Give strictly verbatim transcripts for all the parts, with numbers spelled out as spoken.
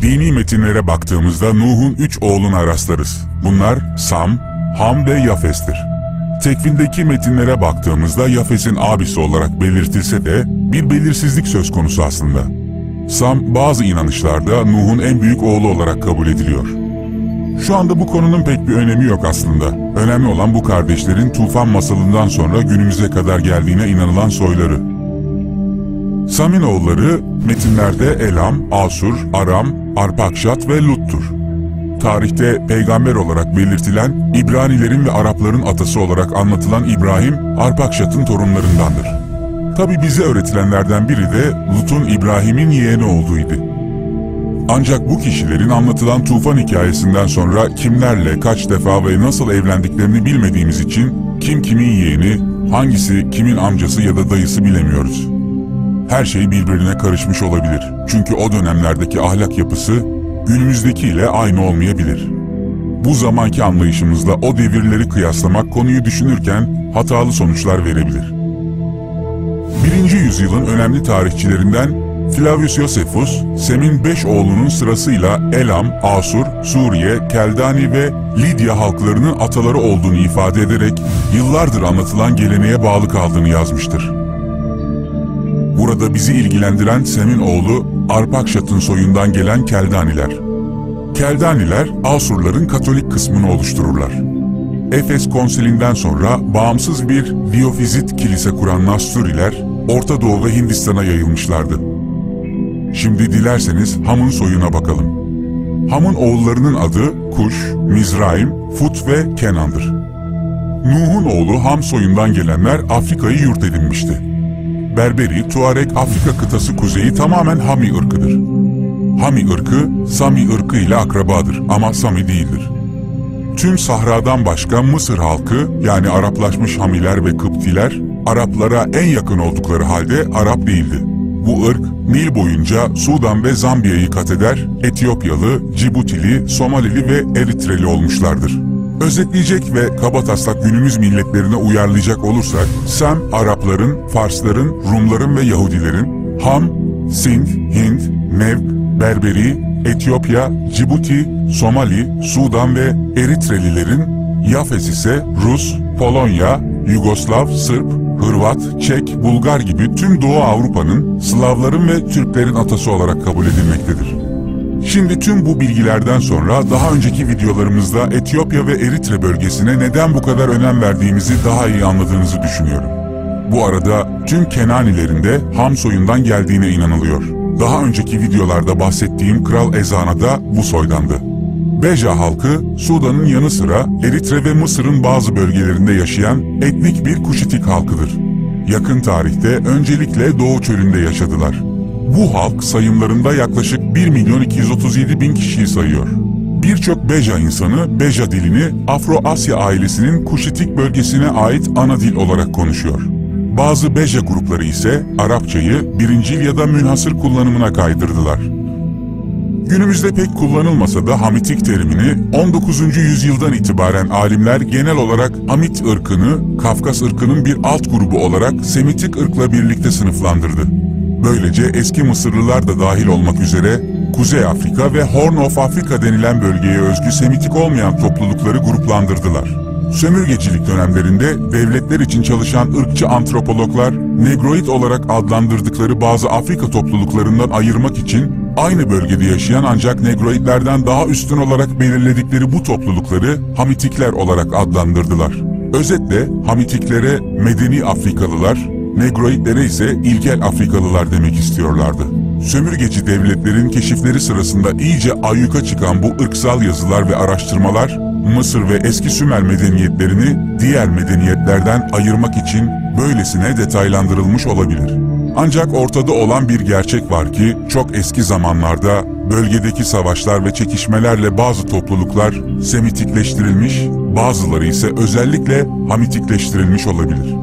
Dini metinlere baktığımızda Nuh'un üç oğluna rastlarız. Bunlar Sam, Ham ve Yafes'tir. Tekvindeki metinlere baktığımızda Yafes'in abisi olarak belirtilse de bir belirsizlik söz konusu aslında. Sam bazı inanışlarda Nuh'un en büyük oğlu olarak kabul ediliyor. Şu anda bu konunun pek bir önemi yok aslında. Önemli olan bu kardeşlerin tufan masalından sonra günümüze kadar geldiğine inanılan soyları. Sam'in oğulları metinlerde Elam, Asur, Aram, Arpakşad ve Lut'tur. Tarihte peygamber olarak belirtilen İbranilerin ve Arapların atası olarak anlatılan İbrahim, Arpakşad'ın torunlarındandır. Tabi bize öğretilenlerden biri de Lut'un İbrahim'in yeğeni olduğuydu. Ancak bu kişilerin anlatılan tufan hikayesinden sonra kimlerle, kaç defa ve nasıl evlendiklerini bilmediğimiz için kim kimin yeğeni, hangisi kimin amcası ya da dayısı bilemiyoruz. Her şey birbirine karışmış olabilir. Çünkü o dönemlerdeki ahlak yapısı günümüzdekiyle aynı olmayabilir. Bu zamanki anlayışımızla o devirleri kıyaslamak konuyu düşünürken hatalı sonuçlar verebilir. birinci yüzyılın önemli tarihçilerinden Flavius Josephus, Sem'in beş oğlunun sırasıyla Elam, Asur, Suriye, Keldani ve Lidya halklarının ataları olduğunu ifade ederek yıllardır anlatılan geleneğe bağlı kaldığını yazmıştır. Burada bizi ilgilendiren Sem'in oğlu Arpakşad'ın soyundan gelen Keldaniler. Keldaniler, Asurların Katolik kısmını oluştururlar. Efes Konsilinden sonra bağımsız bir Diyofizit kilise kuran Nasturiler, Orta Doğu ve Hindistan'a yayılmışlardı. Şimdi dilerseniz Ham'ın soyuna bakalım. Ham'ın oğullarının adı Kuş, Mizraim, Fut ve Kenan'dır. Nuh'un oğlu Ham soyundan gelenler Afrika'yı yurt edinmişti. Berberi, Tuareg Afrika kıtası kuzeyi tamamen Hami ırkıdır. Hami ırkı, Sami ırkı ile akrabadır ama Sami değildir. Tüm Sahra'dan başka Mısır halkı yani Araplaşmış Hamiler ve Kıptiler, Araplara en yakın oldukları halde Arap değildi. Bu ırk, Nil boyunca Sudan ve Zambiya'yı kat eder, Etiyopyalı, Cibutili, Somalili ve Eritreli olmuşlardır. Özetleyecek ve kabataslak günümüz milletlerine uyarlayacak olursak, Sem, Arapların, Farsların, Rumların ve Yahudilerin, Ham, Sind, Hind, Nev, Berberi, Etiyopya, Cibuti, Somali, Sudan ve Eritrelilerin, Yafes ise Rus, Polonya, Yugoslav, Sırp, Hırvat, Çek, Bulgar gibi tüm Doğu Avrupa'nın, Slavların ve Türklerin atası olarak kabul edilmektedir. Şimdi tüm bu bilgilerden sonra daha önceki videolarımızda Etiyopya ve Eritre bölgesine neden bu kadar önem verdiğimizi daha iyi anladığınızı düşünüyorum. Bu arada tüm Kenanilerin de Ham soyundan geldiğine inanılıyor. Daha önceki videolarda bahsettiğim Kral Ezana da bu soydandı. Beja halkı, Sudan'ın yanı sıra Eritre ve Mısır'ın bazı bölgelerinde yaşayan etnik bir Kuşitik halkıdır. Yakın tarihte öncelikle Doğu Çölü'nde yaşadılar. Bu halk sayımlarında yaklaşık bir milyon iki yüz otuz yedi bin kişiyi sayıyor. Birçok Beja insanı Beja dilini Afro-Asya ailesinin Kuşitik bölgesine ait ana dil olarak konuşuyor. Bazı Beja grupları ise Arapçayı birincil ya da münhasır kullanımına kaydırdılar. Günümüzde pek kullanılmasa da Hamitik terimini on dokuzuncu yüzyıldan itibaren alimler genel olarak Hamit ırkını Kafkas ırkının bir alt grubu olarak Semitik ırkla birlikte sınıflandırdı. Böylece eski Mısırlılar da dahil olmak üzere Kuzey Afrika ve Horn of Africa denilen bölgeye özgü Semitik olmayan toplulukları gruplandırdılar. Sömürgecilik dönemlerinde devletler için çalışan ırkçı antropologlar, Negroid olarak adlandırdıkları bazı Afrika topluluklarından ayırmak için aynı bölgede yaşayan ancak Negroidlerden daha üstün olarak belirledikleri bu toplulukları Hamitikler olarak adlandırdılar. Özetle Hamitiklere medeni Afrikalılar, Negroidlere ise ilkel Afrikalılar demek istiyorlardı. Sömürgeci devletlerin keşifleri sırasında iyice ayyuka çıkan bu ırksal yazılar ve araştırmalar, Mısır ve eski Sümer medeniyetlerini diğer medeniyetlerden ayırmak için böylesine detaylandırılmış olabilir. Ancak ortada olan bir gerçek var ki çok eski zamanlarda bölgedeki savaşlar ve çekişmelerle bazı topluluklar Semitikleştirilmiş, bazıları ise özellikle Hamitikleştirilmiş olabilir.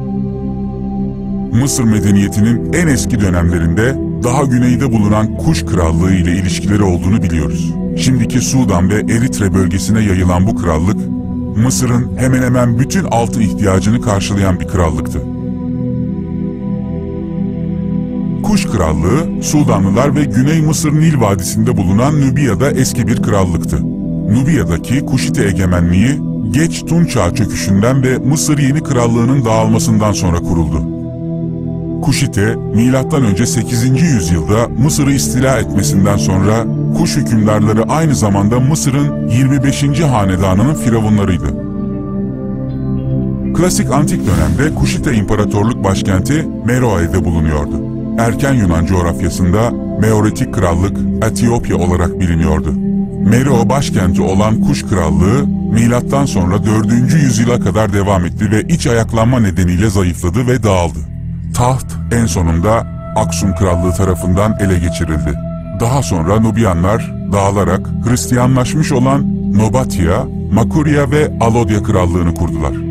Mısır medeniyetinin en eski dönemlerinde daha güneyde bulunan Kuş Krallığı ile ilişkileri olduğunu biliyoruz. Şimdiki Sudan ve Eritre bölgesine yayılan bu krallık, Mısır'ın hemen hemen bütün altı ihtiyacını karşılayan bir krallıktı. Kuş Krallığı, Sudanlılar ve Güney Mısır Nil Vadisi'nde bulunan Nubiya'da eski bir krallıktı. Nubiya'daki Kuşite egemenliği, geç Tunç Çağı çöküşünden ve Mısır Yeni Krallığı'nın dağılmasından sonra kuruldu. Kuşite, milattan önce sekizinci yüzyılda Mısır'ı istila etmesinden sonra Kuş hükümdarları aynı zamanda Mısır'ın yirmi beşinci hanedanının firavunlarıydı. Klasik antik dönemde Kuşite İmparatorluk başkenti Meroe'de bulunuyordu. Erken Yunan coğrafyasında Meoretik Krallık Etiyopya olarak biliniyordu. Meroe başkenti olan Kuş Krallığı milattan sonra dördüncü yüzyıla kadar devam etti ve iç ayaklanma nedeniyle zayıfladı ve dağıldı. Taht en sonunda Aksum Krallığı tarafından ele geçirildi. Daha sonra Nubiyanlar dağılarak Hristiyanlaşmış olan Nobatia, Makurya ve Alodya Krallığını kurdular.